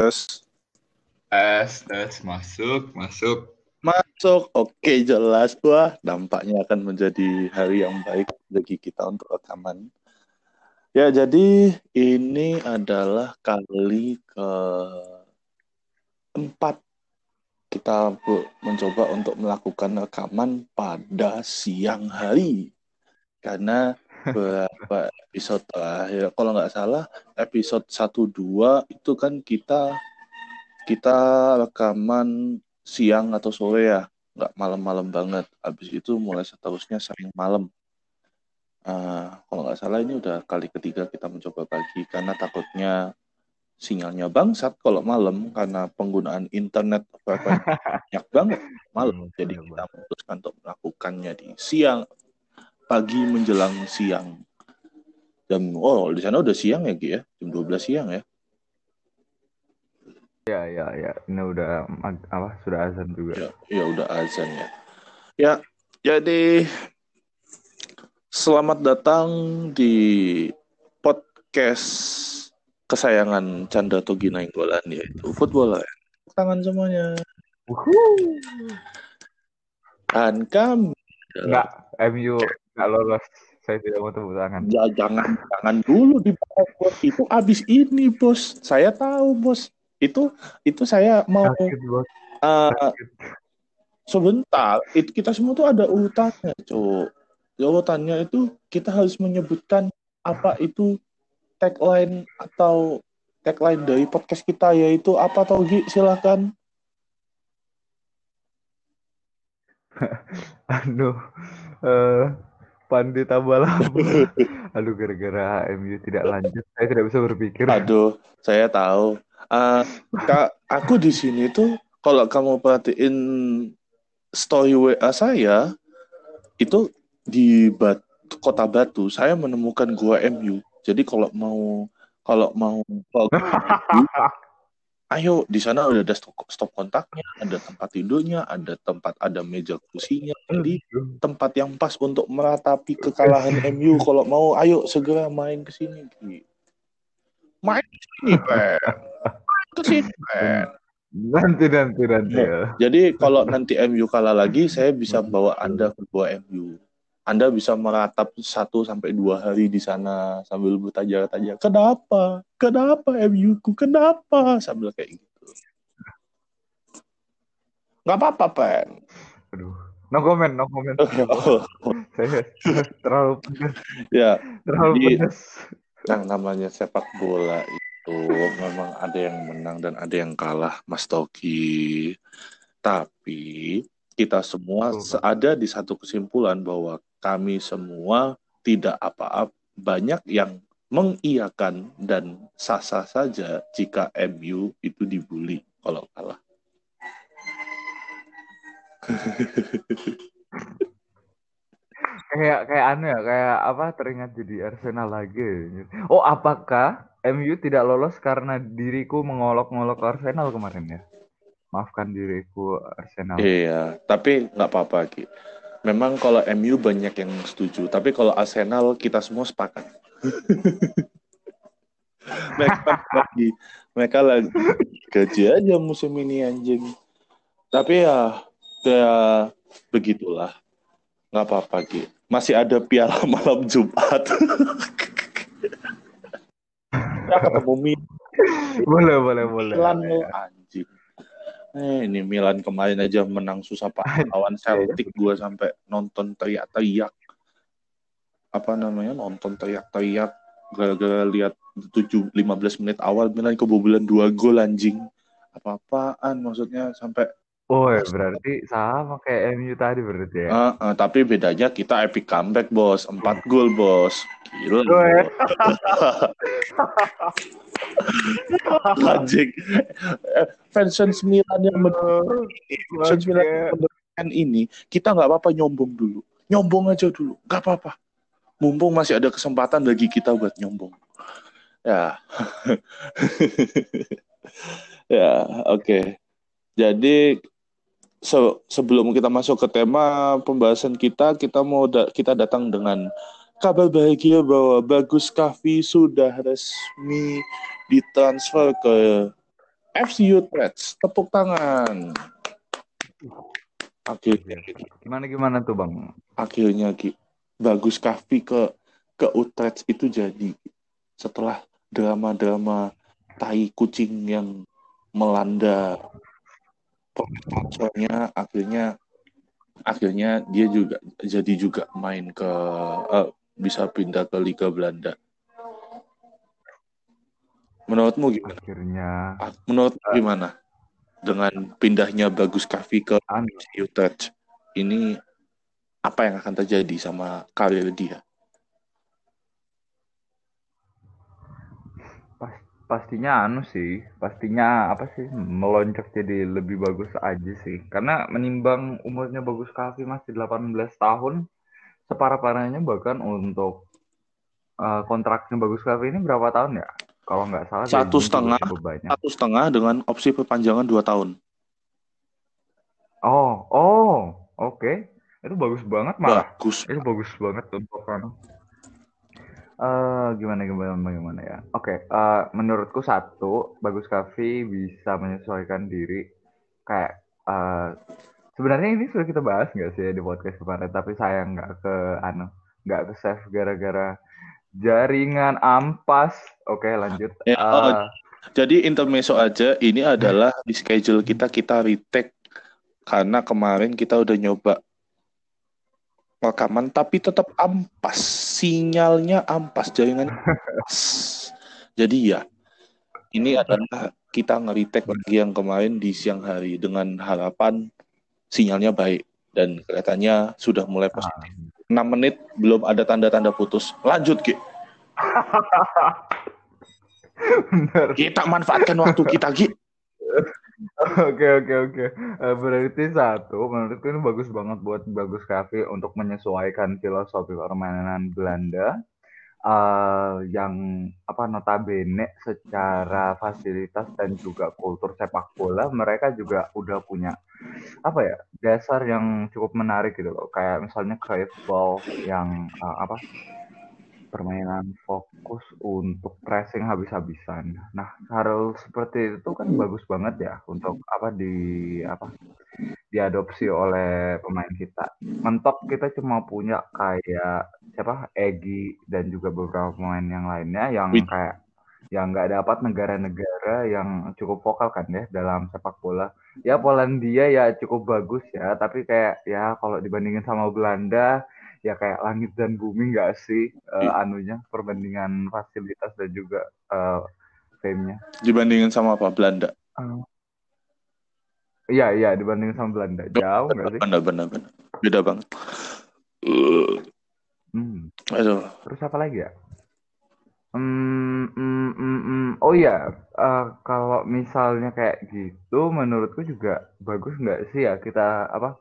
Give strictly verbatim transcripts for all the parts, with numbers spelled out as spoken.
tes. Tes, tes, masuk, masuk. Masuk, oke jelas. Wah, dampaknya akan menjadi hari yang baik bagi kita untuk rekaman. Ya, jadi ini adalah kali keempat kita bu- mencoba untuk melakukan rekaman pada siang hari. Karena beberapa episode terakhir, kalau nggak salah, episode satu dua itu kan kita kita rekaman siang atau sore ya, nggak malam-malam banget. Habis itu mulai seterusnya sering malam. Uh, kalau nggak salah ini udah kali ketiga kita mencoba pagi karena takutnya sinyalnya bangsat kalau malam karena penggunaan internet frekuensi banyak banget malam. Jadi kita memutuskan untuk melakukannya di siang, pagi menjelang siang. Jam oh di sana udah siang ya Gi ya, jam dua belas siang ya. Ya, ya, ya. Ini udah mag- apa? Sudah azan juga. Ya, ya udah azan ya. Ya, jadi selamat datang di podcast kesayangan Chandra Togi Nainggolan, yaitu Footballer. Tangan semuanya. Uhuh. Dan kami Enggak, M U enggak lolos. Saya tidak mau tepuk tangan. ya, jangan jangan dulu di bos itu abis ini bos. Saya tahu bos. Itu itu saya mau Sakit, bos. uh, Sakit. sebentar. Itu kita semua tuh ada urutannya, cuk. Urutannya itu kita harus menyebutkan apa itu tagline atau tagline dari podcast kita, yaitu apa Togi, silakan. Aduh, uh, Pandit Abal-abal. Aduh, gara-gara M U tidak lanjut, saya tidak bisa berpikir. Aduh, saya tahu. Uh, Kak, aku di sini tuh kalau kamu perhatiin story W A saya itu di Bat- Kota Batu, saya menemukan gua M U. Jadi kalau mau kalau mau ayo, di sana udah ada stop, stop kontaknya, ada tempat tidurnya, ada tempat, ada meja kursinya. Jadi tempat yang pas untuk meratapi kekalahan M U. Kalau mau, ayo segera main ke sini. Main ke sini, Pen. Main ke sini, Pen. Nanti, nanti, nanti ya. Jadi kalau nanti M U kalah lagi, saya bisa bawa Anda ke gua M U. Anda bisa meratap satu sampai dua hari di sana sambil bertanya-tanya, kenapa? Kenapa M U-ku? Kenapa? Sambil kayak gitu. Nggak apa-apa, Pen. Aduh, no comment, no comment. Saya terlalu pedas. Ya, terlalu jadi pedas. yang namanya sepak bola itu memang ada yang menang dan ada yang kalah, Mas Toki. Tapi kita semua ada di satu kesimpulan bahwa kami semua tidak apa-apa, banyak yang mengiyakan dan sah-sah saja jika M U itu dibully kalau kalah. kayak kayak aneh ya, kayak apa, teringat jadi Arsenal lagi. Oh, apakah M U tidak lolos karena diriku mengolok-ngolok Arsenal kemarin ya? Maafkan diriku Arsenal. Iya, tapi nggak apa-apa Ki. Memang kalau M U banyak yang setuju, tapi kalau Arsenal kita semua sepakat. mereka lagi mereka lagi gaji aja musim ini anjing. Tapi ya ya begitulah, nggak apa-apa Ki. Masih ada piala malam Jumat. Ya ketemu Milan. boleh boleh boleh Milan lo anjing. Eh, ini Milan kemarin aja menang susah pak lawan Celtic, gue sampai nonton teriak-teriak. Apa namanya, nonton teriak-teriak gara-gara lihat tujuh lima belas menit awal Milan kebobolan dua gol anjing. Apa-apaan maksudnya sampai. Oh ya, berarti sama kayak M U tadi berarti ya. Uh, uh, tapi bedanya kita epic comeback bos, empat gol bos, gila bos. Anjing, fans Milan yang fans Milan yang ini kita nggak apa-apa nyombong dulu, nyombong aja dulu, nggak apa-apa. Mumpung masih ada kesempatan bagi kita buat nyombong. Ya, ya oke. Okay. Jadi Se- sebelum kita masuk ke tema pembahasan kita, kita mau da- kita datang dengan kabar bahagia bahwa Bagus Kahvi sudah resmi ditransfer ke F C Utrecht, tepuk tangan. Akhirnya, Gimana gimana tuh Bang? akhirnya Ki, Bagus Kahvi ke ke Utrecht itu jadi setelah drama-drama tai kucing yang melanda pemain akhirnya akhirnya dia juga jadi juga main ke uh, bisa pindah ke Liga Belanda. Menurutmu gimana? Akhirnya Menurutmu uh, gimana dengan pindahnya Bagus Kahvi ke anu, F C Utrecht? Ini apa yang akan terjadi sama karir dia? pas, pastinya anu sih, pastinya apa sih melonjak jadi lebih bagus aja sih. Karena menimbang umurnya Bagus Kahvi masih delapan belas tahun, separah-parahnya bahkan untuk uh, kontraknya Bagus Kahvi ini berapa tahun ya? Kalau nggak salah Satu gajinya juga setengah, cukup banyak. satu setengah dengan opsi perpanjangan dua tahun. Oh, oh, oke. Okay. Itu bagus banget malah. Bagus. Itu bagus banget untuk anu. Eh, gimana gimana gimana ya? Oke, eh, menurutku satu, Bagus Kavi bisa menyesuaikan diri. Kayak eh, sebenarnya ini sudah kita bahas nggak sih ya di podcast kemarin, tapi sayang nggak ke anu, nggak ke save gara-gara jaringan ampas. Oke, lanjut. Ya, oh, Eh, jadi intermezzo aja. Ini adalah di schedule kita kita retake karena kemarin kita udah nyoba rekaman tapi tetap ampas, sinyalnya ampas, jaringannya ampas. Jadi ya, ini adalah kita nge-retake lagi yang kemarin di siang hari dengan harapan sinyalnya baik dan kelihatannya sudah mulai positif. enam menit belum ada tanda-tanda putus. Lanjut, Ki. bener. Kita manfaatkan waktu kita, Ki. Oke oke oke. Eh, berarti satu, menurutku ini bagus banget buat Bagus Cafe untuk menyesuaikan filosofi permainan Belanda eh yang apa notabene secara fasilitas dan juga kultur sepak bola mereka juga udah punya apa ya dasar yang cukup menarik gitu loh. Kayak misalnya Cruyff Ball yang eh, apa permainan fokus untuk pressing habis-habisan. Nah, hal seperti itu kan bagus banget ya untuk apa di apa diadopsi oleh pemain kita. Mentok kita cuma punya kayak siapa Egi dan juga beberapa pemain yang lainnya yang kayak yang nggak dapat negara-negara yang cukup vokal kan ya dalam sepak bola. Ya Polandia ya cukup bagus ya, tapi kayak ya kalau dibandingin sama Belanda ya kayak langit dan bumi nggak sih uh, anunya perbandingan fasilitas dan juga uh, fame-nya. Dibandingin sama apa? Belanda. Uh, iya iya dibandingin sama Belanda jauh nggak sih? Benar benar benar. Beda banget. Uh. Hmm. Aduh. Terus apa lagi ya? Hmm, hmm, hmm, hmm. Oh iya, uh, kalau misalnya kayak gitu, menurutku juga bagus nggak sih ya kita apa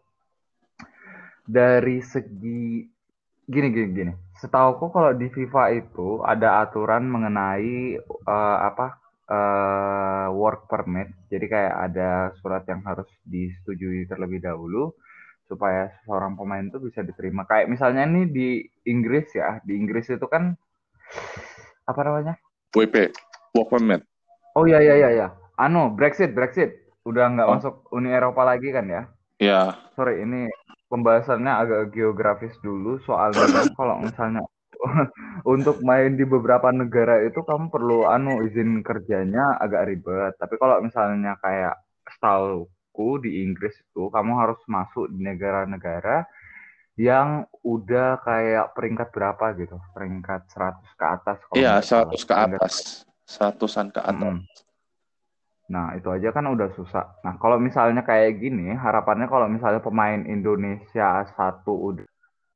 dari segi gini gini gini. Setauku kalau di FIFA itu ada aturan mengenai uh, apa uh, work permit. Jadi kayak ada surat yang harus disetujui terlebih dahulu supaya seorang pemain itu bisa diterima. Kayak misalnya nih di Inggris ya, di Inggris itu kan apa namanya? W P, work permit. Oh iya iya iya iya. Anu, Brexit, Brexit. Udah nggak Oh. masuk Uni Eropa lagi kan ya? Ya. Sorry, ini pembahasannya agak geografis dulu. Soalnya kan kalau misalnya untuk main di beberapa negara itu kamu perlu anu izin kerjanya agak ribet. Tapi kalau misalnya kayak setauku di Inggris itu kamu harus masuk di negara-negara yang udah kayak peringkat berapa gitu. Peringkat seratus ke atas kalau Iya, nggak salah. seratus ke Peringkat atas. Seratusan ke atas. Mm-mm. Nah, itu aja kan udah susah. Nah, kalau misalnya kayak gini, harapannya kalau misalnya pemain Indonesia satu udah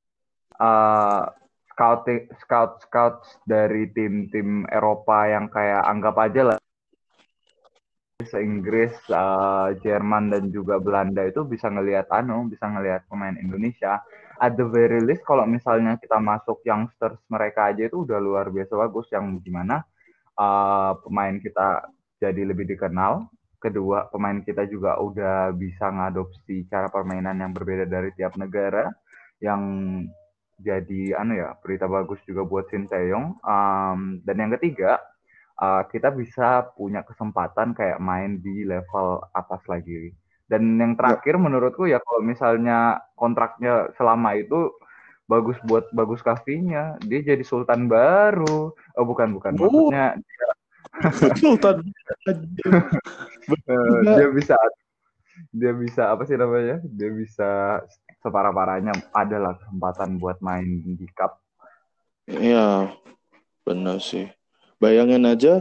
uh, scouting scout scout dari tim-tim Eropa yang kayak anggap aja lah Inggris, uh, Jerman dan juga Belanda itu bisa ngelihat anu, bisa ngelihat pemain Indonesia. At the very least kalau misalnya kita masuk youngsters mereka aja itu udah luar biasa bagus yang gimana uh, pemain kita jadi lebih dikenal. Kedua, pemain kita juga udah bisa ngadopsi cara permainan yang berbeda dari tiap negara. Yang jadi anu ya berita bagus juga buat Sinteyong. Um, dan yang ketiga, uh, kita bisa punya kesempatan kayak main di level atas lagi. Dan yang Ya, terakhir menurutku ya kalau misalnya kontraknya selama itu bagus buat Bagus Kavinya, dia jadi sultan baru. Oh bukan bukan, oh, maksudnya Sultan aja. Bener eh, juga. dia bisa dia bisa apa sih namanya? Dia bisa separah-parahnya adalah kesempatan buat main di cup. Iya, benar sih. Bayangin aja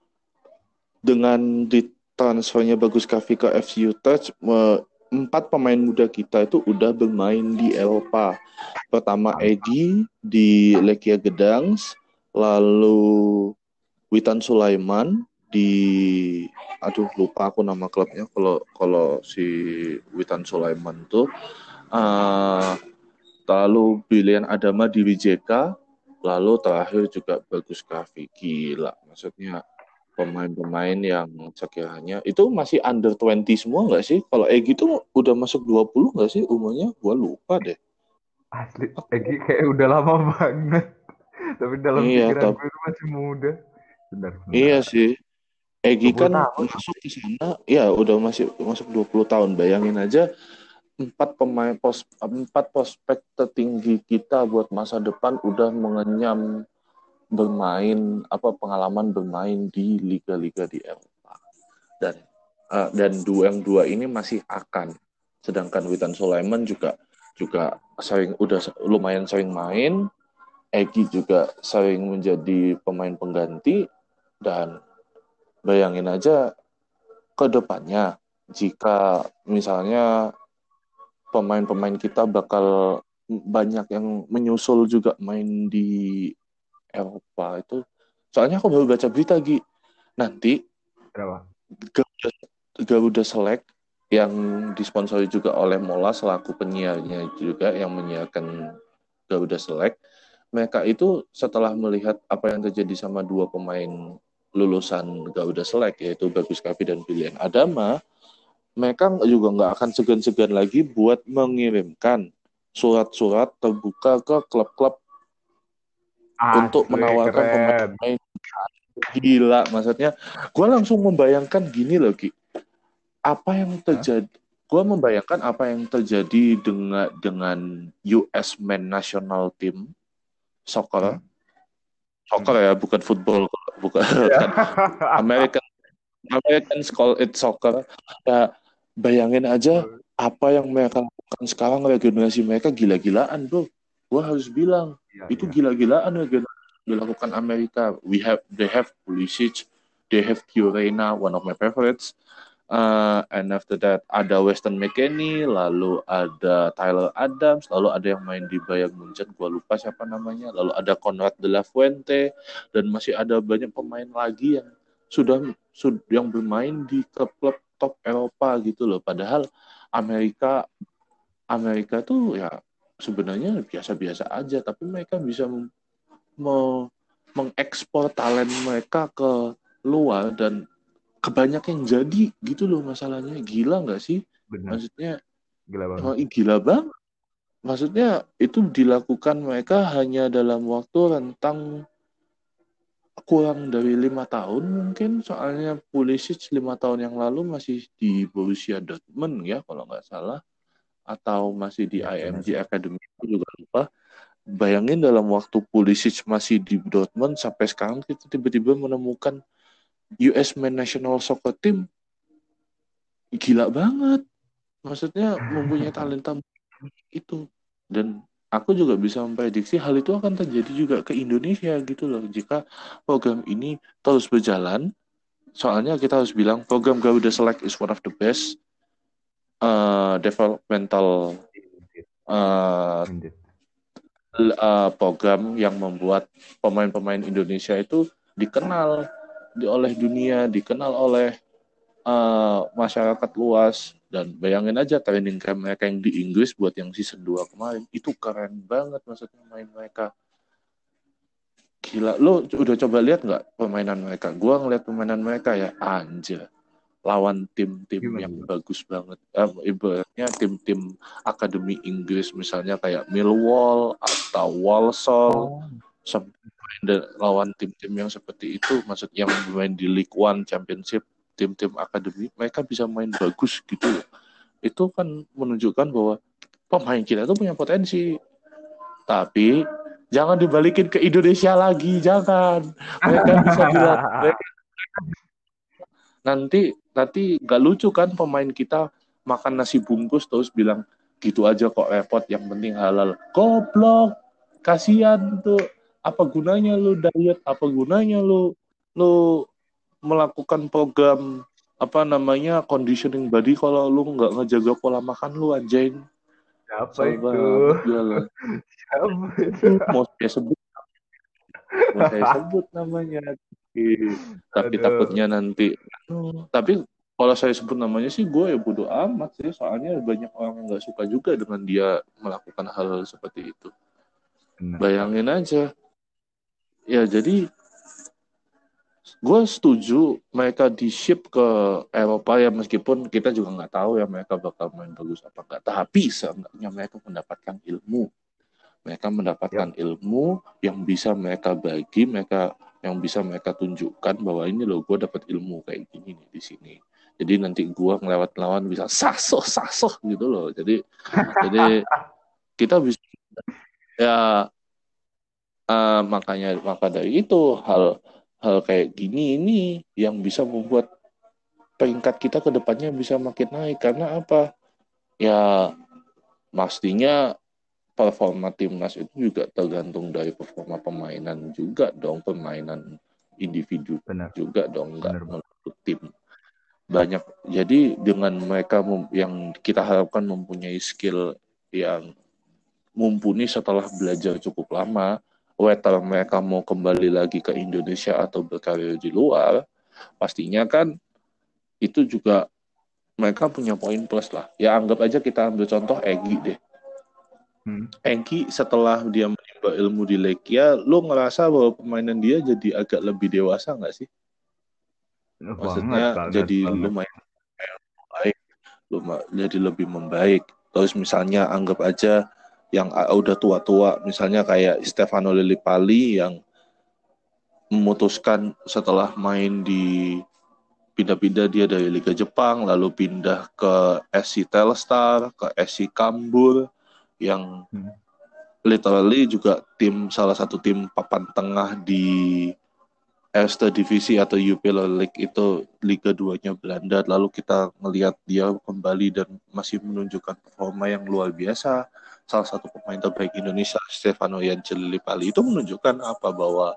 dengan ditransfernya Bagus Kavi ke F C Utrecht, me- empat pemain muda kita itu udah bermain di Eropa. Pertama Mantap. Edi di Legia Gdansk, lalu Witan Sulaiman di, aduh lupa aku nama klubnya, kalau kalau si Witan Sulaiman tuh, uh, lalu Brilian Adama di Rijeka, lalu terakhir juga Bagus Kavi. Gila, maksudnya pemain-pemain yang sekiranya itu masih under dua puluh semua nggak sih? Kalau Egy tuh udah masuk dua puluh nggak sih umurnya? Gua lupa deh. Asli, Egi kayak udah lama banget. Tapi dalam Iya, pikiran tapi gue itu masih muda. Benar, iya benar. sih. Egy dua puluh kan tahun. masuk ke sana, ya udah masih masuk dua puluh tahun. Bayangin aja empat pemain pos empat prospek tertinggi kita buat masa depan udah mengenyam bermain apa pengalaman bermain di liga-liga di Eropa. Dan uh, dan dua yang dua ini masih akan, sedangkan Witan Sulaiman juga juga sering udah lumayan sering main. Egy juga sering menjadi pemain pengganti. Dan bayangin aja ke depannya jika misalnya pemain-pemain kita bakal banyak yang menyusul juga main di Eropa itu. Soalnya aku baru baca berita Gi, nanti Berapa? Garuda, Garuda Select yang disponsori juga oleh Mola selaku penyiarnya juga yang menyiarkan Garuda Select. Mereka itu setelah melihat apa yang terjadi sama dua pemain lulusan Garuda Select yaitu Bagus Kavi dan Brilian Adama, mereka juga nggak akan segan-segan lagi buat mengirimkan surat-surat terbuka ke klub-klub untuk Asli, menawarkan keren. pemain-pemain. Gila, maksudnya gue langsung membayangkan gini loh Ki, apa yang Hah? terjadi, gue membayangkan apa yang terjadi dengan dengan U S Men National Team Hmm? soccer soccer Hmm. ya, bukan football, bukan Ya. kan American American call it soccer ya. Bayangin aja apa yang mereka lakukan sekarang, regenerasi mereka gila-gilaan bro. Gue harus bilang Iya, itu iya. gila-gilaan regenerasi dilakukan Amerika. We have they have Pulisic, they have Fiorina, one of my favorites. Uh, and after that ada Weston McKennie, lalu ada Tyler Adams, lalu ada yang main di Bayern Munchen, gue lupa siapa namanya, lalu ada Conrad de la Fuente, dan masih ada banyak pemain lagi yang sudah, sudah yang bermain di klub-klub top Eropa gitu loh. Padahal Amerika Amerika tuh ya sebenarnya biasa-biasa aja, tapi mereka bisa mem- mengekspor talent mereka ke luar dan kebanyak yang jadi gitu loh. Masalahnya gila nggak sih, Benar. maksudnya Gila banget. emang gila banget, maksudnya itu dilakukan mereka hanya dalam waktu rentang kurang dari lima tahun mungkin. Soalnya Pulisic lima tahun yang lalu masih di Borussia Dortmund ya kalau nggak salah, atau masih di Iya, benar. I M G Academy, aku juga lupa. Bayangin dalam waktu Pulisic masih di Dortmund sampai sekarang kita tiba-tiba menemukan U S Men National Soccer Team. Gila banget, maksudnya mempunyai talenta itu. Dan aku juga bisa memprediksi hal itu akan terjadi juga ke Indonesia gitu loh jika program ini terus berjalan. Soalnya kita harus bilang program Garuda Select is one of the best uh, developmental Indeed. uh, Indeed. uh, program yang membuat pemain-pemain Indonesia itu dikenal di, oleh dunia, dikenal oleh uh, masyarakat luas. Dan bayangin aja training camp mereka yang di Inggris buat yang season dua kemarin itu keren banget, maksudnya main mereka gila. Lo udah coba lihat nggak permainan mereka? Gua ngeliat permainan mereka ya anjir, lawan tim-tim Gimana, yang gimana? bagus banget, eh, ibaratnya tim-tim akademi Inggris misalnya kayak Millwall atau Walsall, Oh. main de- lawan tim-tim yang seperti itu, maksudnya yang main di League One Championship, tim-tim akademi, mereka bisa main bagus gitu loh. Itu kan menunjukkan bahwa pemain kita itu punya potensi. Tapi jangan dibalikin ke Indonesia lagi, jangan. Mereka bisa dilatih. Nanti nanti nggak lucu kan pemain kita makan nasi bungkus terus bilang gitu aja kok repot, yang penting halal. Goblok, kasihan tuh. Apa gunanya lu diet? Apa gunanya lu lu melakukan program apa namanya conditioning body kalau lu nggak ngejaga pola makan lu, anjing. Siapa Kesel itu? banget gak lo. Siapa itu? Mau saya sebut, mau saya sebut namanya. Tapi Aduh. takutnya nanti. Tapi kalau saya sebut namanya sih gue ya bodo amat sih. Soalnya banyak orang yang nggak suka juga dengan dia melakukan hal-hal seperti itu. Benar. Bayangin aja. Ya jadi gue setuju mereka di-ship ke Eropa ya, meskipun kita juga nggak tahu ya mereka bakal main bagus apa enggak. Tapi seenggaknya mereka mendapatkan ilmu. Mereka mendapatkan Yap. ilmu yang bisa mereka bagi, mereka yang bisa mereka tunjukkan bahwa ini loh gue dapat ilmu kayak gini nih di sini. Jadi nanti gue ngelewat lawan bisa sasoh sasoh gitu loh. Jadi jadi kita bisa ya, uh, makanya maka dari itu hal hal kayak gini ini yang bisa membuat peringkat kita ke depannya bisa makin naik. Karena apa? Ya pastinya performa timnas itu juga tergantung dari performa permainan juga dong, permainan individu Benar. juga dong, nggak Benar, Bang. melulu tim. Banyak. Jadi dengan mereka mem- yang kita harapkan mempunyai skill yang mumpuni setelah belajar cukup lama, whether mereka mau kembali lagi ke Indonesia atau berkarir di luar, pastinya kan itu juga mereka punya poin plus lah. Ya anggap aja kita ambil contoh Egy deh. Hmm. Egy setelah dia menimba ilmu di Legia, lu ngerasa bahwa permainan dia jadi agak lebih dewasa nggak sih? Banget, Maksudnya banget, jadi banget. lumayan baik, lumayan, jadi lebih membaik. Terus misalnya anggap aja yang uh, udah tua-tua, misalnya kayak Stefano Lillipali yang memutuskan setelah main di pindah-pindah dia dari Liga Jepang, lalu pindah ke S C Telstar, ke S C Kambur, yang Hmm. literally juga tim salah satu tim papan tengah di Eerste Divisi atau Jupiler League, itu Liga dua-nya Belanda. Lalu kita ngelihat dia kembali dan masih menunjukkan performa yang luar biasa. Salah satu pemain terbaik Indonesia, Stefano Lillipali, itu menunjukkan apa, bahwa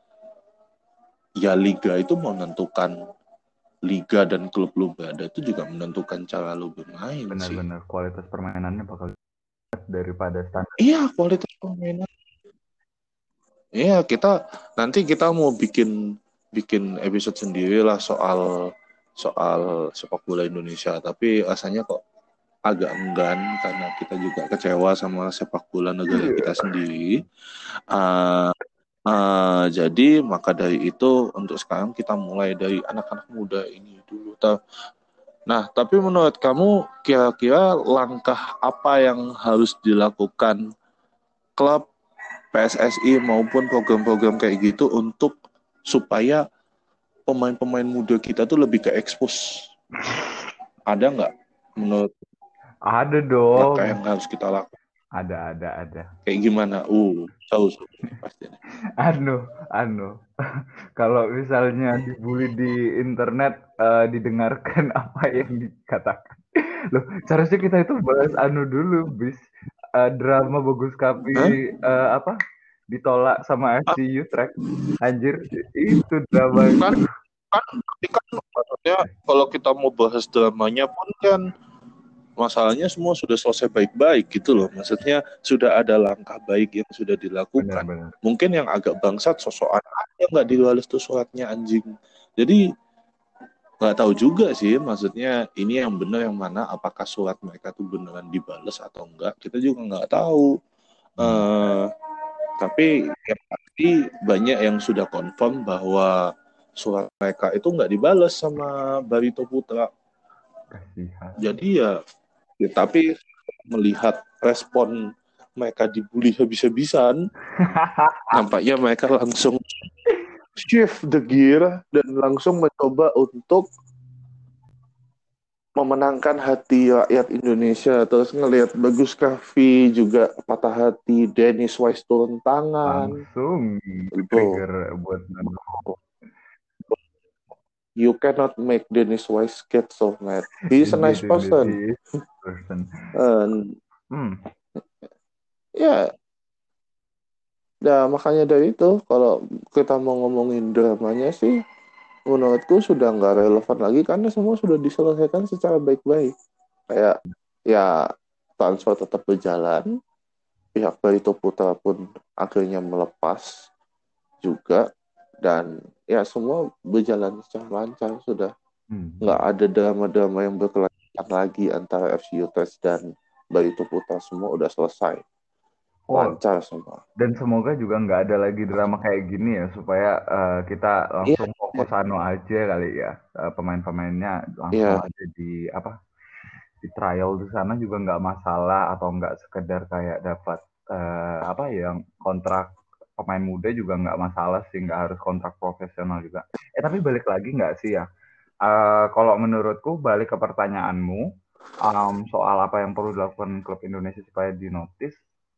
ya liga itu menentukan, liga dan klub lu berada itu juga menentukan cara lu bermain sih. Benar-benar kualitas permainannya bakal daripada standar. Iya, kualitas permainan. Iya, kita nanti kita mau bikin bikin episode sendiri lah soal soal sepak bola Indonesia. Tapi rasanya kok agak enggan karena kita juga kecewa sama sepak bola negara kita sendiri. Uh, uh, jadi maka dari itu untuk sekarang kita mulai dari anak-anak muda ini dulu. Nah, tapi menurut kamu kira-kira langkah apa yang harus dilakukan klub, P S S I maupun program-program kayak gitu untuk supaya pemain-pemain muda kita tuh lebih ke expose? Ada nggak menurut Ada langkah dong. yang harus kita lakukan? Ada, ada, ada. Kayak gimana? Uh, tahu pasti. Anu, anu. Kalau misalnya dibully di internet, uh, didengarkan apa yang dikatakan. Loh, seharusnya kita itu bahas anu dulu, bis. Uh, drama Bagus Kapi, Hah? uh, apa? Ditolak sama F C Utrecht. Anjir, itu drama. Kan, kan, tapi kan maksudnya kalau kita mau bahas dramanya pun kan masalahnya semua sudah selesai baik-baik gitu loh. Maksudnya sudah ada langkah baik yang sudah dilakukan. Benar-benar. Mungkin yang agak bangsat sosokan aja nggak dibalas tuh suratnya, anjing. Jadi nggak tahu juga sih, maksudnya ini yang benar yang mana, apakah surat mereka tuh beneran dibalas atau enggak, kita juga nggak tahu. Hmm. Uh, tapi yang pasti banyak yang sudah confirm bahwa surat mereka itu nggak dibalas sama Barito Putra. Kasihan. Jadi ya, ya tapi melihat respon mereka dibully habis-habisan, nampaknya mereka langsung shift the gear dan langsung mencoba untuk memenangkan hati rakyat Indonesia. Terus ngelihat Bagus Kahvi juga patah hati, Dennis Wise turun tangan. Langsung Bro, trigger buat you cannot make Dennis Wise get so mad. He's a nice indeed, indeed, person. he is person. And, Hmm. ya, nah makanya dari itu kalau kita mau ngomongin dramanya sih, menurutku sudah nggak relevan lagi karena semua sudah diselesaikan secara baik-baik. Kayak ya transfer tetap berjalan, pihak Barito Putra pun akhirnya melepas juga, dan ya semua berjalan secara lancar, sudah Hmm. nggak ada drama-drama yang berkelanjutan lagi antara F C Utrecht dan Barito Putra. Semua udah selesai, Oh, lancar semua. dan semoga juga nggak ada lagi drama kayak gini ya, supaya uh, kita Iya, langsung fokus anu aja kali ya. Uh, pemain-pemainnya langsung iya, aja di apa di trial di sana juga nggak masalah, atau nggak sekedar kayak dapat uh, apa ya, yang kontrak pemain muda juga nggak masalah sih, nggak harus kontrak profesional juga. Eh tapi balik lagi nggak sih ya? Uh, kalau menurutku balik ke pertanyaanmu, um, soal apa yang perlu dilakukan klub Indonesia supaya dinotis.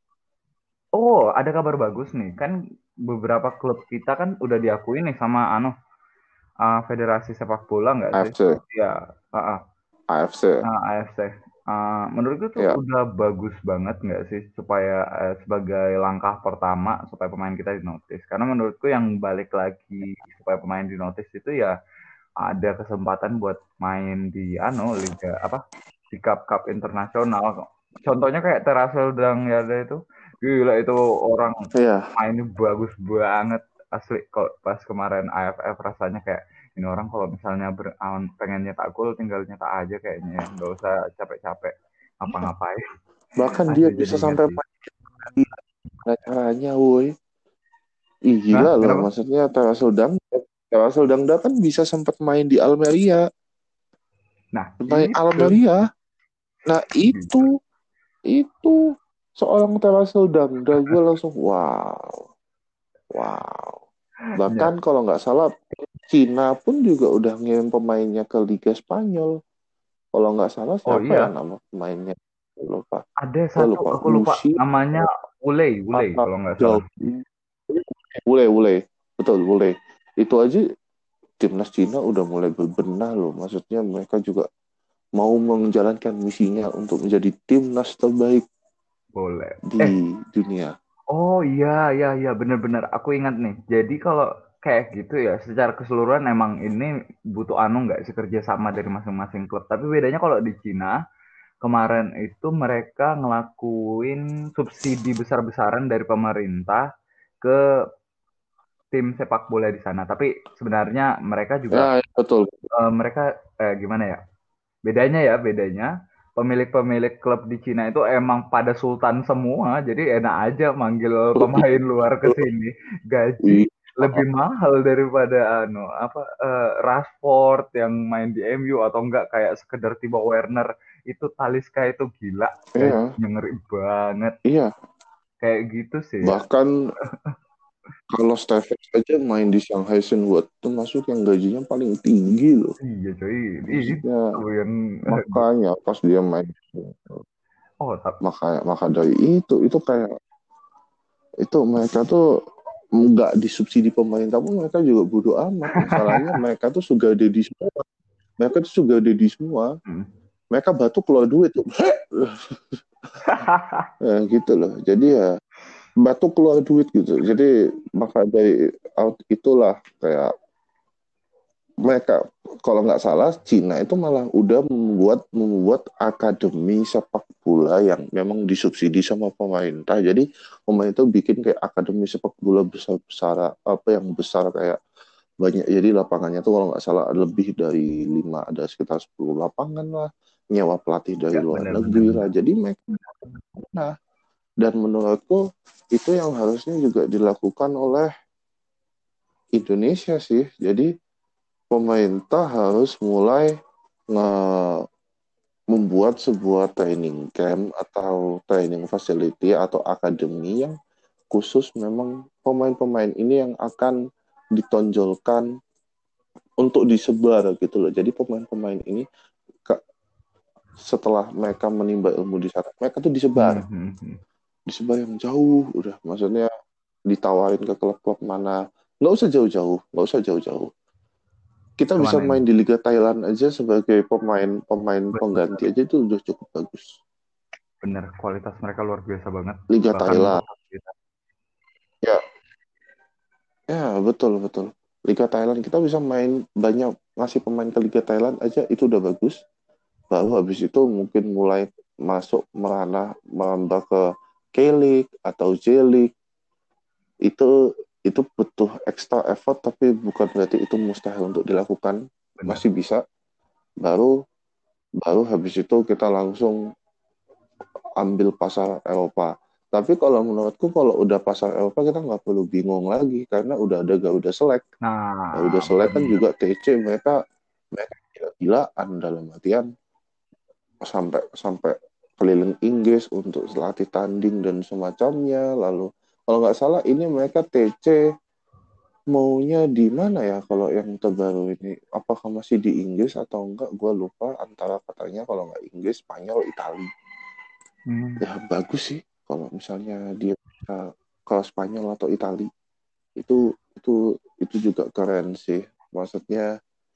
Oh, ada kabar bagus nih. Kan beberapa klub kita kan udah diakui nih sama anu uh, Federasi Sepak Bola nggak sih? A F C, Ya, uh, uh, A F C, uh, A F C. Uh, menurutku tuh ya. udah bagus banget nggak sih, supaya uh, sebagai langkah pertama supaya pemain kita dinotis. Karena menurutku yang balik lagi supaya pemain dinotis itu ya ada kesempatan buat main di anu liga apa di cup-cup internasional. Contohnya kayak Teraseldang ya ada itu. Gila itu orang Iya, mainnya bagus banget asli. Kok pas kemarin A F F rasanya kayak ini orang kalau misalnya ber, pengen nyetak gol tinggal nyetak aja kayaknya ya. Nggak usah capek-capek ngapa-ngapain. bahkan dia Asli jadi bisa inget sampai sih. gimana caranya, woi. Ih, Hah? gila loh, Kenapa? maksudnya Teraseldang, Teraseldang kan bisa sempat main di Almeria, Nah, main itu. Almeria. Nah, Gitu. itu itu seorang Teraseldang, dan gue langsung wow, wow. Ya. Bahkan kalau nggak salah Cina pun juga udah ngirim pemainnya ke Liga Spanyol. Kalau nggak salah Oh siapa ya iya, nama pemainnya? Lupa. ada Gue satu lupa. aku lupa Musi namanya, Wulei, Wulei kalau nggak atau salah. Bule, Bule. Betul, Bule. Itu aja timnas Cina udah mulai berbenah loh. Maksudnya mereka juga mau menjalankan misinya untuk menjadi timnas terbaik Boleh. Eh, di dunia. oh iya, iya, iya, bener-bener. Aku ingat nih. Jadi kalau kayak gitu ya, secara keseluruhan emang ini butuh anu nggak sih, kerjasama dari masing-masing klub. Tapi bedanya kalau di Cina, kemarin itu mereka ngelakuin subsidi besar-besaran dari pemerintah ke tim sepak bola di sana. Tapi sebenarnya mereka juga, Ya, betul. eh, mereka eh, gimana ya? Bedanya ya, bedanya pemilik-pemilik klub di Cina itu emang pada sultan semua, jadi enak aja manggil pemain luar ke sini. Gaji Iya. lebih mahal daripada anu apa eh, Rashford yang main di M U, atau enggak kayak sekedar Timo Werner itu, Talisca itu gila, Iya, gajinya ngeri banget. iya. Kayak gitu sih ya. Bahkan kalau Steven aja main di Shanghai Shenhua itu masuk yang gajinya paling tinggi loh. Iya coy, Maksudnya itu yang makanya pas dia main, oh tapi makanya maka dari itu itu kayak itu mereka tuh nggak disubsidi pemerintah pun mereka juga bodo amat. Masalahnya mereka tuh sugar daddy semua. Mereka tuh sugar daddy semua. Mereka batuk keluar duit tuh. Ya, gitu loh. Jadi ya batuk keluar duit gitu. Jadi maka dari out itulah kayak mereka, kalau nggak salah Cina itu malah udah membuat membuat akademi sepak bola yang memang disubsidi sama pemerintah. Jadi pemerintah bikin kayak akademi sepak bola besar-besar, apa yang besar kayak banyak. Jadi lapangannya tuh kalau nggak salah lebih dari lima, ada sekitar sepuluh lapangan lah, nyewa pelatih dari ya luar benar-benar negeri lah. benar. Jadi mereka, nah, dan menurutku itu yang harusnya juga dilakukan oleh Indonesia sih. Jadi pemerintah harus mulai nge membuat sebuah training camp atau training facility atau akademi yang khusus memang pemain-pemain ini yang akan ditonjolkan untuk disebar gitu loh. Jadi pemain-pemain ini setelah mereka menimba ilmu di sana, mereka tuh disebar, Hmm, hmm, hmm. disebar yang jauh, udah maksudnya ditawarin ke klub-klub mana, nggak usah jauh-jauh, nggak usah jauh-jauh. Kita bisa Kemana main ini? di Liga Thailand aja sebagai pemain pemain pengganti Benar, aja itu udah cukup bagus. benar. Kualitas mereka luar biasa banget. Liga Bahkan untuk Thailand, kita. ya, ya betul betul. Liga Thailand kita bisa main banyak ngasih pemain ke Liga Thailand aja itu udah bagus. Baru habis itu mungkin mulai masuk merana merambah ke K-League atau J-League itu itu butuh extra effort tapi bukan berarti itu mustahil untuk dilakukan, Benar. masih bisa. Baru baru habis itu kita langsung ambil pasar Eropa. Tapi kalau menurutku kalau udah pasar Eropa kita nggak perlu bingung lagi karena udah ada Garuda Select. Garuda Nah, Select kan benar. juga T C, mereka mereka gila-gilaan dalam artian sampai sampai keliling Inggris untuk latih tanding dan semacamnya. Lalu kalau nggak salah ini mereka T C maunya di mana ya kalau yang terbaru ini? Apakah masih di Inggris atau enggak? Gue lupa antara katanya kalau nggak Inggris, Spanyol, Italia. Hmm. Ya bagus sih kalau misalnya dia bisa ke Spanyol atau Italia. Itu itu itu juga keren sih. Maksudnya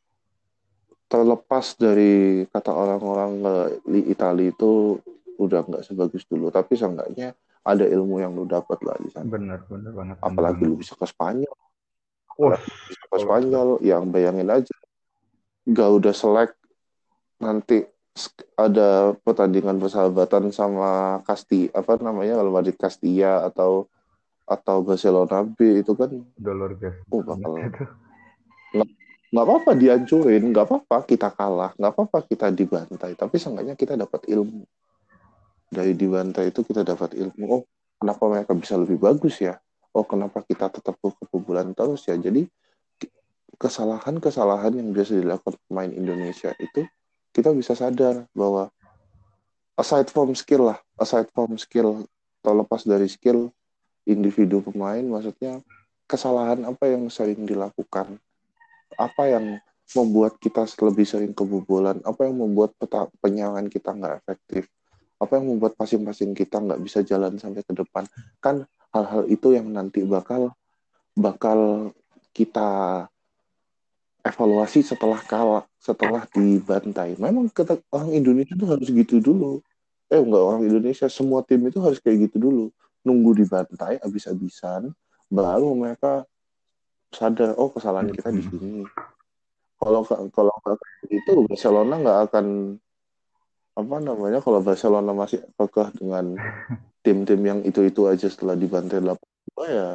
terlepas dari kata orang-orang eh, di Italia itu udah nggak sebagus dulu, tapi seenggaknya ada ilmu yang lu dapat lah di sana. Benar, benar banget, benar Apalagi banget. lu bisa ke Spanyol, Wah, apalagi lu bisa ke kalau udah Spanyol, yang bayangin aja, gak udah selek nanti ada pertandingan persahabatan sama Casti apa namanya kalau Madrid Castilla atau atau Barcelona B itu kan udah luar biasa oh banget bakal itu. nggak nggak apa-apa dihancurin, nggak apa-apa kita kalah, nggak apa-apa kita dibantai, tapi seenggaknya kita dapat ilmu dari dibantai itu kita dapat ilmu. Oh, kenapa mereka bisa lebih bagus ya? Oh, kenapa kita tetap kebobolan terus ya? Jadi kesalahan-kesalahan yang biasa dilakukan pemain Indonesia itu kita bisa sadar bahwa aside from skill lah, aside from skill terlepas dari skill individu pemain, maksudnya kesalahan apa yang sering dilakukan, apa yang membuat kita lebih sering kebobolan, apa yang membuat peta, penyerangan kita nggak efektif, apa yang membuat passing-passing kita nggak bisa jalan sampai ke depan. Kan hal-hal itu yang nanti bakal bakal kita evaluasi setelah kalah, setelah dibantai. Memang kita, orang Indonesia tuh harus gitu dulu. Eh enggak, orang Indonesia, semua tim itu harus kayak gitu dulu. Nunggu dibantai habis-habisan, baru mereka sadar, oh kesalahan kita di Hmm. sini. Kalau kalau nggak kayak gitu, Barcelona nggak akan apa namanya, kalau Barcelona masih kekeh dengan tim-tim yang itu-itu aja setelah dibantai delapan dua ya,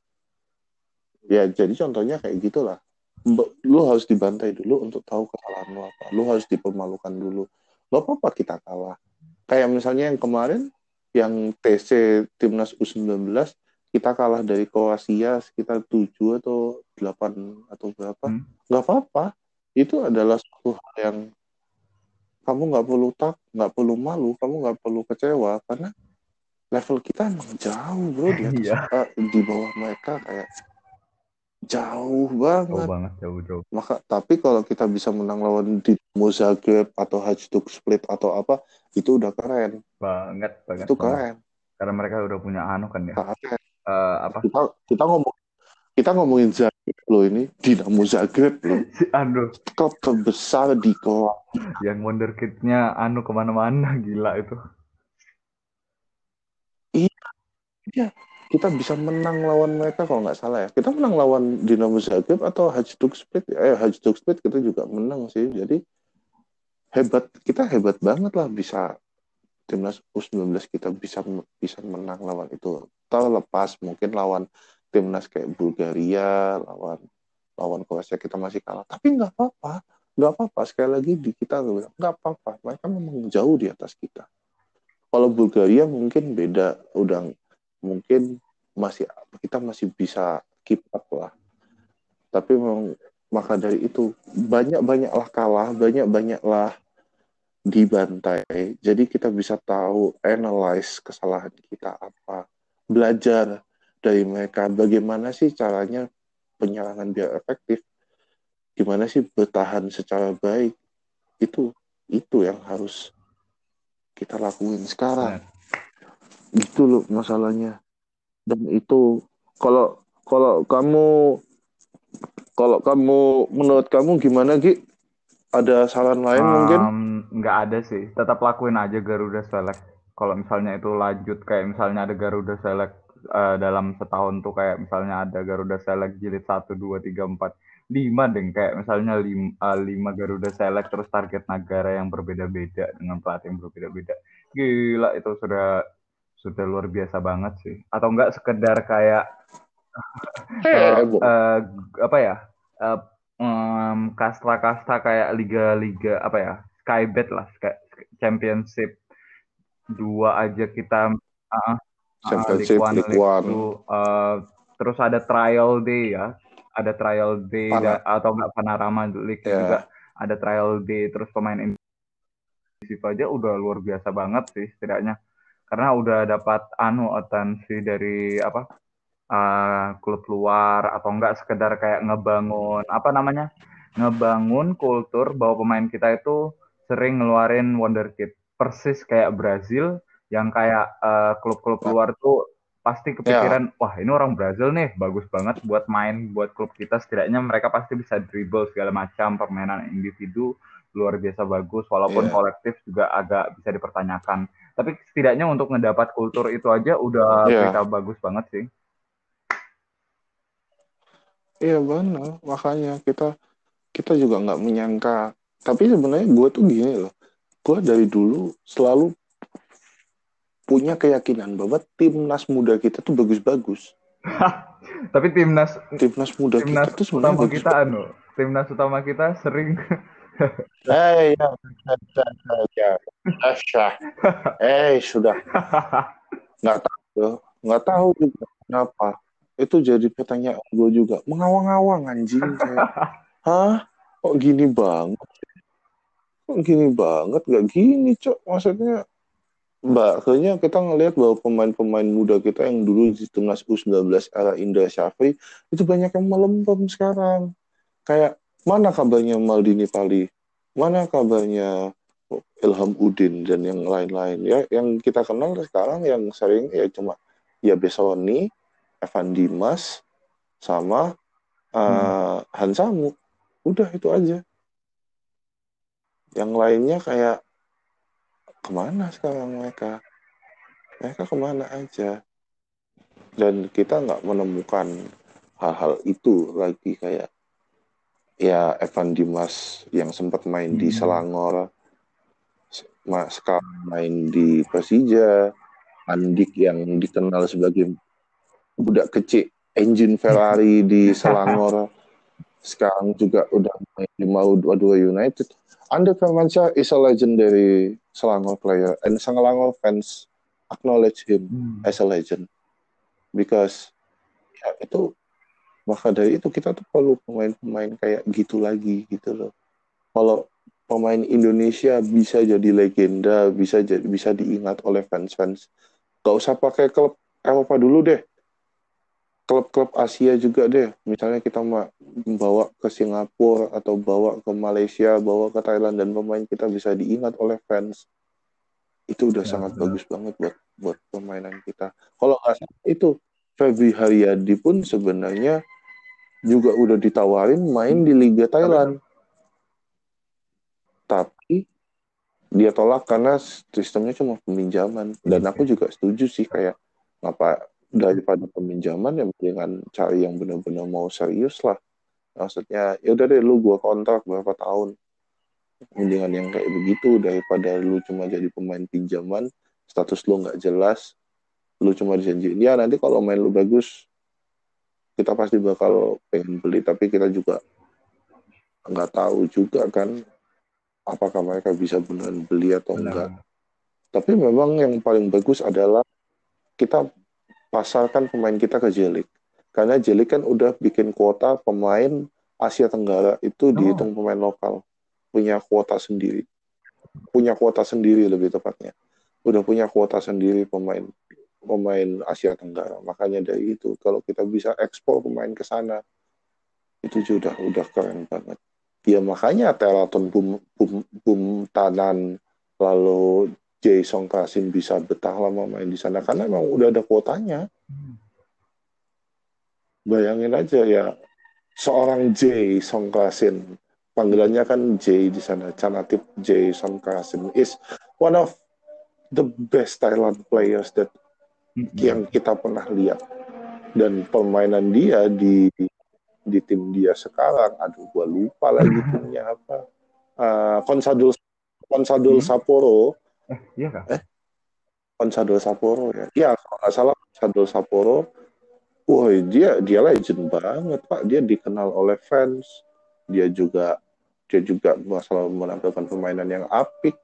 ya jadi contohnya kayak gitulah. Lu harus dibantai dulu untuk tahu kesalahan lu apa. Lu harus dipermalukan dulu. Gak apa-apa kita kalah. Kayak misalnya yang kemarin, yang T C Timnas U sembilan belas, kita kalah dari Kroasia sekitar tujuh atau delapan atau berapa. Hmm. Gak apa-apa. Itu adalah suatu hal yang kamu nggak perlu tak, nggak perlu malu, kamu nggak perlu kecewa karena level kita emang jauh bro di atas Iya, uh, di bawah mereka kayak jauh jauh banget. banget, jauh jauh Maka tapi kalau kita bisa menang lawan di Zagreb atau Hajduk Split atau apa itu udah keren. banget, banget Itu banget. keren. Karena mereka udah punya anu kan ya. Keren. Eh, apa? Kita kita ngomong kita ngomongin Zagreb loh ini Dinamo Zagreb loh. Si anu Klub terbesar di Kroasia. yang wonderkidnya anu kemana-mana gila itu. Iya, kita bisa menang lawan mereka kalau nggak salah ya. Kita menang lawan Dinamo Zagreb atau Hajduk Split. Eh Hajduk Split kita juga menang sih. Jadi hebat, kita hebat banget lah bisa timnas U sembilan belas kita bisa bisa menang lawan itu. Terlepas mungkin lawan timnas kayak Bulgaria, lawan lawan Kroasia kita masih kalah. Tapi nggak apa-apa, nggak apa-apa. Sekali lagi di kita nggak apa-apa. Mereka memang jauh di atas kita. Kalau Bulgaria mungkin beda, udah mungkin masih kita masih bisa keep up lah. Tapi memang maka dari itu banyak-banyaklah kalah, banyak-banyaklah dibantai. Jadi kita bisa tahu, analyze kesalahan kita apa, belajar dari mereka bagaimana sih caranya penyerangan biar efektif, gimana sih bertahan secara baik. Itu itu yang harus kita lakuin sekarang. Benar. Gitu loh masalahnya. Dan itu kalau kalau kamu kalau kamu menurut kamu gimana Gi? Ada saran lain mungkin? Um, nggak ada sih. Tetap lakuin aja Garuda Select. Kalau misalnya itu lanjut kayak misalnya ada Garuda Select eh, dalam setahun tuh kayak misalnya ada Garuda Select jilid satu, dua, tiga, empat, lima deh. Kayak misalnya lima, lima Garuda Select terus target negara yang berbeda-beda dengan pelatih yang berbeda-beda. Gila itu sudah sudah luar biasa banget sih. Atau enggak sekedar kayak eh, Heboh. eh, apa ya? Eh, em, kasta-kasta kayak liga-liga apa ya? Skybet lah, Sky- Championship dua aja kita uh, uh, League Championship, One, League League One, Two, uh, terus ada trial day ya, ada trial day Pana, da- atau enggak Panorama League juga ya, ada trial day, terus pemain Indonesia aja udah luar biasa banget sih setidaknya, karena udah dapat anu atensi dari apa uh, klub luar atau enggak sekedar kayak ngebangun apa namanya ngebangun kultur bahwa pemain kita itu sering ngeluarin wonderkid persis kayak Brazil yang kayak uh, klub-klub luar tuh pasti ya, kepikiran wah ini orang Brazil nih bagus banget buat main buat klub kita setidaknya mereka pasti bisa dribble segala macam permainan individu luar biasa bagus walaupun ya, kolektif juga agak bisa dipertanyakan tapi setidaknya untuk ngedapat kultur itu aja udah berita ya, bagus banget sih. iya benar. Makanya kita kita juga nggak menyangka. Tapi sebenarnya gue tuh gini loh. Gue dari dulu selalu punya keyakinan bahwa timnas muda kita tuh bagus-bagus. Tapi timnas Timnas muda kita timnas tuh sebenarnya utama bagus kita banget. anu, timnas utama kita sering Eh, ya, ya, ya, ya. Eh, sudah nggak tahu, nggak tahu juga kenapa. Itu jadi pertanyaan gue juga. Mengawang-awang anjing kayak, hah? Kok gini banget? Kok gini banget? Gak gini, Cok. Maksudnya, Mbak, kayaknya kita ngelihat bahwa pemain-pemain muda kita yang dulu di timnas U sembilan belas era Indra Syafri, itu banyak yang melempem sekarang. Kayak, mana kabarnya Maldini Pali? Mana kabarnya Ilham Udin dan yang lain-lain? Ya, yang kita kenal sekarang yang sering ya cuma ya Besoni, Evan Dimas, sama hmm. uh, Hansamu. Udah itu aja. Yang lainnya kayak kemana sekarang mereka? Mereka kemana aja? Dan kita nggak menemukan hal-hal itu lagi kayak ya Evan Dimas yang sempat main di Hmm. Selangor, sekarang main di Persija, Andik yang dikenal sebagai budak kecil engine Ferrari di Selangor, sekarang juga udah main di Madura United. Andik Firmansyah is a legendary Selangor player and Selangor fans acknowledge him Hmm. as a legend because ya itu maka dari itu kita tuh perlu pemain-pemain kayak gitu lagi gitu loh. Kalau pemain Indonesia bisa jadi legenda, bisa jadi, bisa diingat oleh fans-fans. Gak usah pakai klub Eropa dulu deh, klub-klub Asia juga deh. Misalnya kita mau bawa ke Singapura atau bawa ke Malaysia, bawa ke Thailand dan pemain kita bisa diingat oleh fans. Itu udah Ya, sangat benar. bagus banget buat buat permainan kita. Kalau nggak salah itu Febri Haryadi pun sebenarnya juga udah ditawarin main di Liga Tapi Thailand, tapi dia tolak karena sistemnya cuma peminjaman. Dan aku iya. juga setuju sih kayak ngapa daripada peminjaman yang dengan cari yang benar-benar mau serius lah. Maksudnya ya udah deh lu gua kontrak berapa tahun. Mendingan yang kayak begitu daripada lu cuma jadi pemain pinjaman, status lu nggak jelas, lu cuma dijanjiin ya nanti kalau main lu bagus kita pasti bakal pengen beli tapi kita juga nggak tahu juga kan apakah mereka bisa beneran beli atau enggak. Benar. Tapi memang yang paling bagus adalah kita pasarkan pemain kita ke J-League. Karena J-League kan udah bikin kuota pemain Asia Tenggara itu Oh, dihitung pemain lokal. Punya kuota sendiri. punya kuota sendiri lebih tepatnya. Udah punya kuota sendiri pemain pemain Asia Tenggara. Makanya dari itu kalau kita bisa ekspor pemain ke sana itu sudah udah keren banget. Ya makanya Teraton Bum Bum Bum Tanan lalu Jae Song Kasin bisa betah lama main di sana karena memang udah ada kuotanya. Bayangin aja ya seorang Jae Song Kasin, panggilannya kan Jae di sana, Chanatip Jae Song Kasin is one of the best Thailand players that yang kita pernah lihat. Dan permainan dia di di tim dia sekarang, aduh gua lupa lagi timnya apa. Uh, Konsadol Konsadol Hmm? Sapporo. Eh, iya kah? Eh, Konsadol Sapporo ya. Iya, kalau nggak salah Konsadol Sapporo. Wah, dia dia legend banget, Pak. Dia dikenal oleh fans. Dia juga dia juga selalu menampilkan permainan yang apik.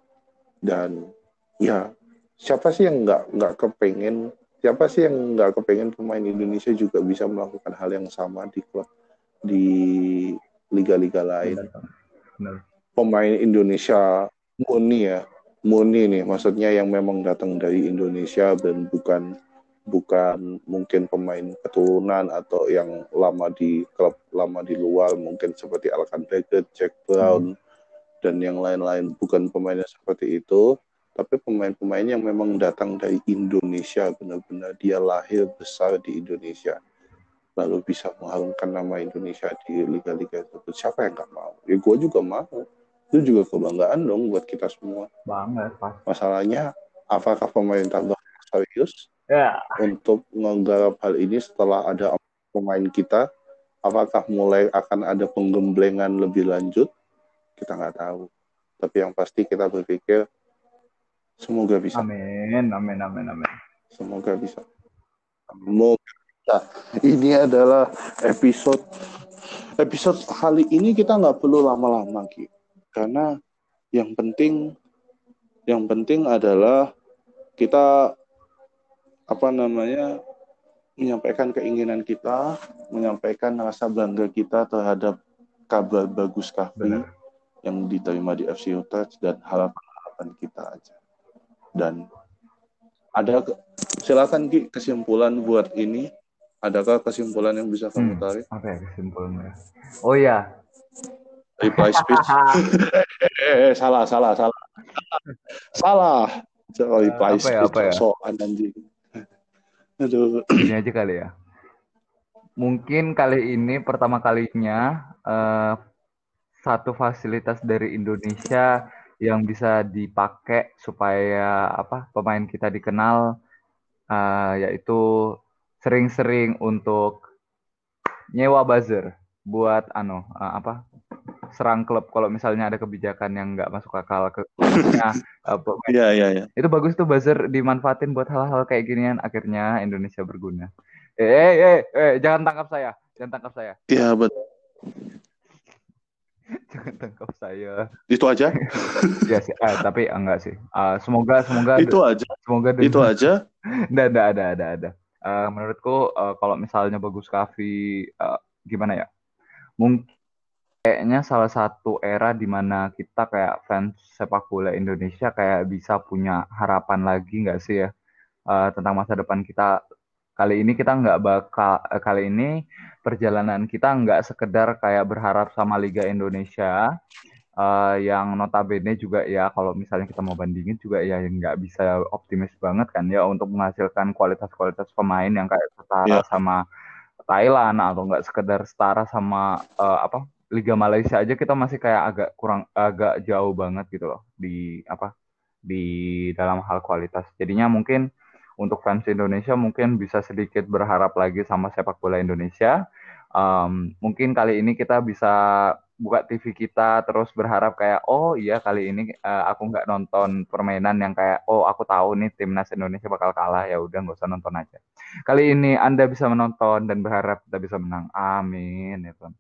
Dan ya, siapa sih yang nggak nggak kepengen siapa sih yang nggak kepengen pemain Indonesia juga bisa melakukan hal yang sama di klub di liga-liga lain. Benar, benar. Pemain Indonesia murni ya, murni nih, maksudnya yang memang datang dari Indonesia dan bukan bukan mungkin pemain keturunan atau yang lama di klub lama di luar, mungkin seperti Alkan Beckett, Jack Brown, hmm. dan yang lain-lain, bukan pemainnya seperti itu, tapi pemain-pemain yang memang datang dari Indonesia, benar-benar dia lahir besar di Indonesia, lalu bisa mengharumkan nama Indonesia di liga-liga itu. Siapa yang nggak mau? Ya gue juga mau. Itu juga kebanggaan dong buat kita semua. Banget, pasti. Masalahnya, apakah pemerintah bakal serius ya. untuk menggarap hal ini setelah ada pemain kita? Apakah mulai akan ada penggemblengan lebih lanjut? Kita nggak tahu. Tapi yang pasti kita berpikir semoga bisa. Amin, amin, amin, amin. Semoga bisa. Semoga bisa. Ini adalah episode episode kali ini kita nggak perlu lama-lama, Ki. Karena yang penting yang penting adalah kita apa namanya menyampaikan keinginan kita, menyampaikan rasa bangga kita terhadap kabar bagus Kahfi yang diterima di F C Utrecht dan harapan-harapan kita aja. Dan ada silakan Ki kesimpulan buat ini. Adakah kesimpulan yang bisa kamu tarik? Hmm, apa ya kesimpulannya? Oh ya. Reply speech. eh, eh, salah, salah, salah. salah. Reply uh, apa ya, speech apa ya? soal anjing. Aduh. Gini aja kali ya. Mungkin kali ini pertama kalinya uh, satu fasilitas dari Indonesia yang bisa dipakai supaya apa pemain kita dikenal, uh, yaitu sering-sering untuk nyewa buzzer buat ano uh, apa serang klub kalau misalnya ada kebijakan yang nggak masuk akal ke klubnya. uh, Iya, iya, iya. Itu bagus tuh buzzer dimanfaatin buat hal-hal kayak ginian, akhirnya Indonesia berguna. Eh, eh, eh, eh jangan tangkap saya, jangan tangkap saya. Iya, betul. Jangan tangkap saya. Itu aja? Ya sih, eh, tapi enggak sih. Uh, semoga, semoga. Itu aja. Semoga. Itu aja. Nggak, ada, ada, ada, ada. Uh, menurutku uh, kalau misalnya Bagus Kahfi, uh, gimana ya? Mungkin kayaknya salah satu era di mana kita kayak fans sepak bola Indonesia kayak bisa punya harapan lagi nggak sih ya uh, tentang masa depan kita. Kali ini kita nggak bakal, uh, kali ini perjalanan kita nggak sekedar kayak berharap sama Liga Indonesia, uh, yang notabene juga ya kalau misalnya kita mau bandingin juga ya nggak bisa optimis banget kan ya untuk menghasilkan kualitas-kualitas pemain yang kayak setara yeah. sama Thailand atau nggak sekedar setara sama uh, apa Liga Malaysia aja, kita masih kayak agak kurang agak jauh banget gitu loh di apa di dalam hal kualitas. Jadinya mungkin untuk fans Indonesia mungkin bisa sedikit berharap lagi sama sepak bola Indonesia. Um, mungkin kali ini kita bisa buka T V kita terus berharap kayak oh iya kali ini uh, aku nggak nonton permainan yang kayak oh aku tahu nih timnas Indonesia bakal kalah, ya udah nggak usah nonton aja. Kali ini Anda bisa menonton dan berharap kita bisa menang. Amin ya Tuhan.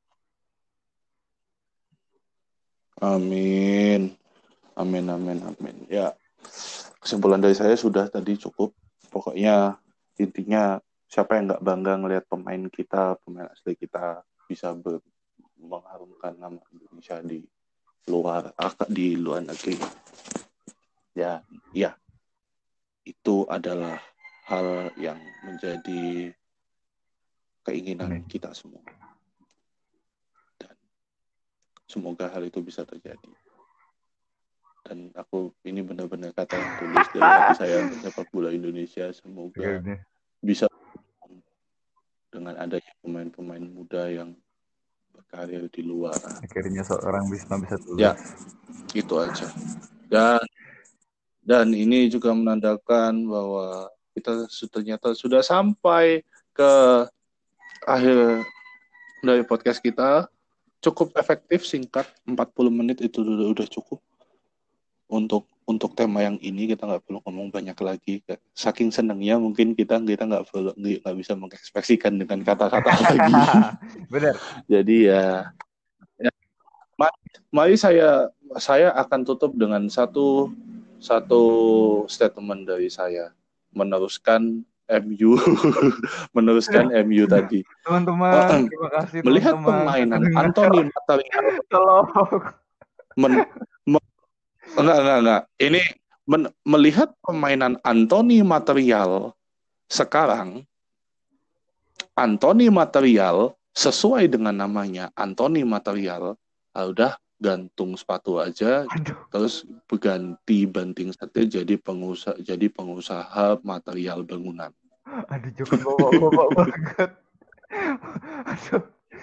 Amin. Amin, amin, amin. Ya, kesimpulan dari saya sudah tadi cukup. Pokoknya intinya siapa yang nggak bangga ngelihat pemain kita, pemain asli kita bisa ber- mengharumkan nama Indonesia di luar di luar negeri. Ya, ya itu adalah hal yang menjadi keinginan Ini. kita semua. Dan semoga hal itu bisa terjadi. Dan aku ini benar-benar kata yang tulus dari hati saya untuk sepak bola Indonesia. Semoga Akhirnya. bisa dengan adanya pemain-pemain muda yang berkarir di luar. Akhirnya seorang Wisma bisa tulus. Ya, itu aja. Dan dan ini juga menandakan bahwa kita ternyata sudah sampai ke akhir dari podcast kita. Cukup efektif, singkat, empat puluh menit itu udah, udah cukup untuk untuk tema yang ini. Kita nggak perlu ngomong banyak lagi. Saking senangnya mungkin kita kita nggak perlu nggak bisa mengekspresikan dengan kata-kata lagi. Benar. Jadi ya, ya mari, mari saya saya akan tutup dengan satu satu statement dari saya, meneruskan M U meneruskan M U tadi. Teman-teman, terima kasih melihat teman-teman. Permainan Anthony Martial. Tolong. Men, me, enggak enggak enggak. Ini men, melihat permainan Anthony Martial sekarang, Anthony Martial sesuai dengan namanya Anthony Martial, ah, udah gantung sepatu aja. Aduh. Terus berganti banting setir jadi pengusaha jadi pengusaha material bangunan. Aduh, cukup bapak-bapak banget. Aduh.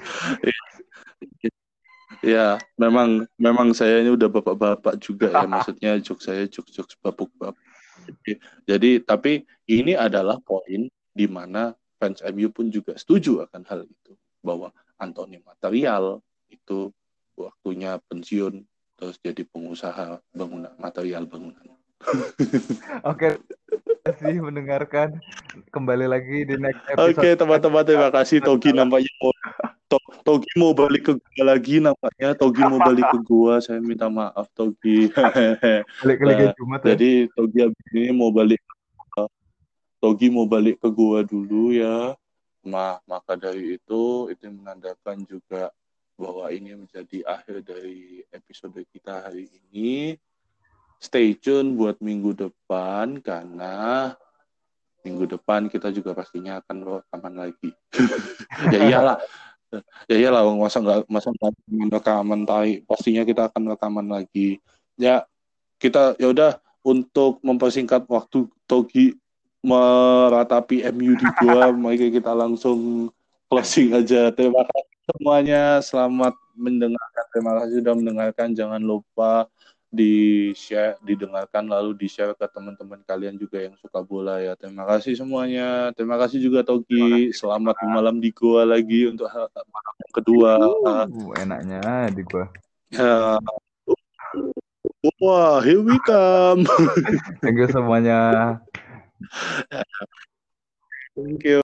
Ya, memang memang saya ini udah bapak-bapak juga ya, maksudnya jok saya jok-jok babuk-babuk. Jadi, jadi tapi ini adalah poin di mana fans M U pun juga setuju akan hal itu, bahwa Anthony Martial itu waktunya pensiun terus jadi pengusaha bangunan material bangunan. Oke, terima kasih mendengarkan. Kembali lagi di next episode. Oke, teman-teman, terima kasih. Togi nampaknya mau Togi mau balik ke gua lagi nampaknya. Togi mau balik ke gua. Saya minta maaf, Togi. Balik ke Liga Jumat ya. Jadi Togi abis ini mau balik Togi mau balik ke gua dulu ya. Nah, maka dari itu itu menandakan juga bahwa ini menjadi akhir dari episode kita hari ini. Stay tune buat minggu depan, karena minggu depan kita juga pastinya akan rekaman lagi. ya iyalah, ya iyalah, masa nggak masa nggak rekaman tai, pastinya kita akan rekaman lagi. Ya kita ya udah, untuk mempersingkat waktu Togi meratapi M U di gua, mari kita langsung closing aja. Terima kasih semuanya, selamat mendengarkan, terima kasih sudah mendengarkan. Jangan lupa di share, didengarkan lalu di share ke teman-teman kalian juga yang suka bola ya. Terima kasih semuanya. Terima kasih juga Togi. Selamat malam di gua lagi untuk malam kedua. Uh, enaknya di gua. Ya. Wah, here we come. Thank you semuanya. Thank you.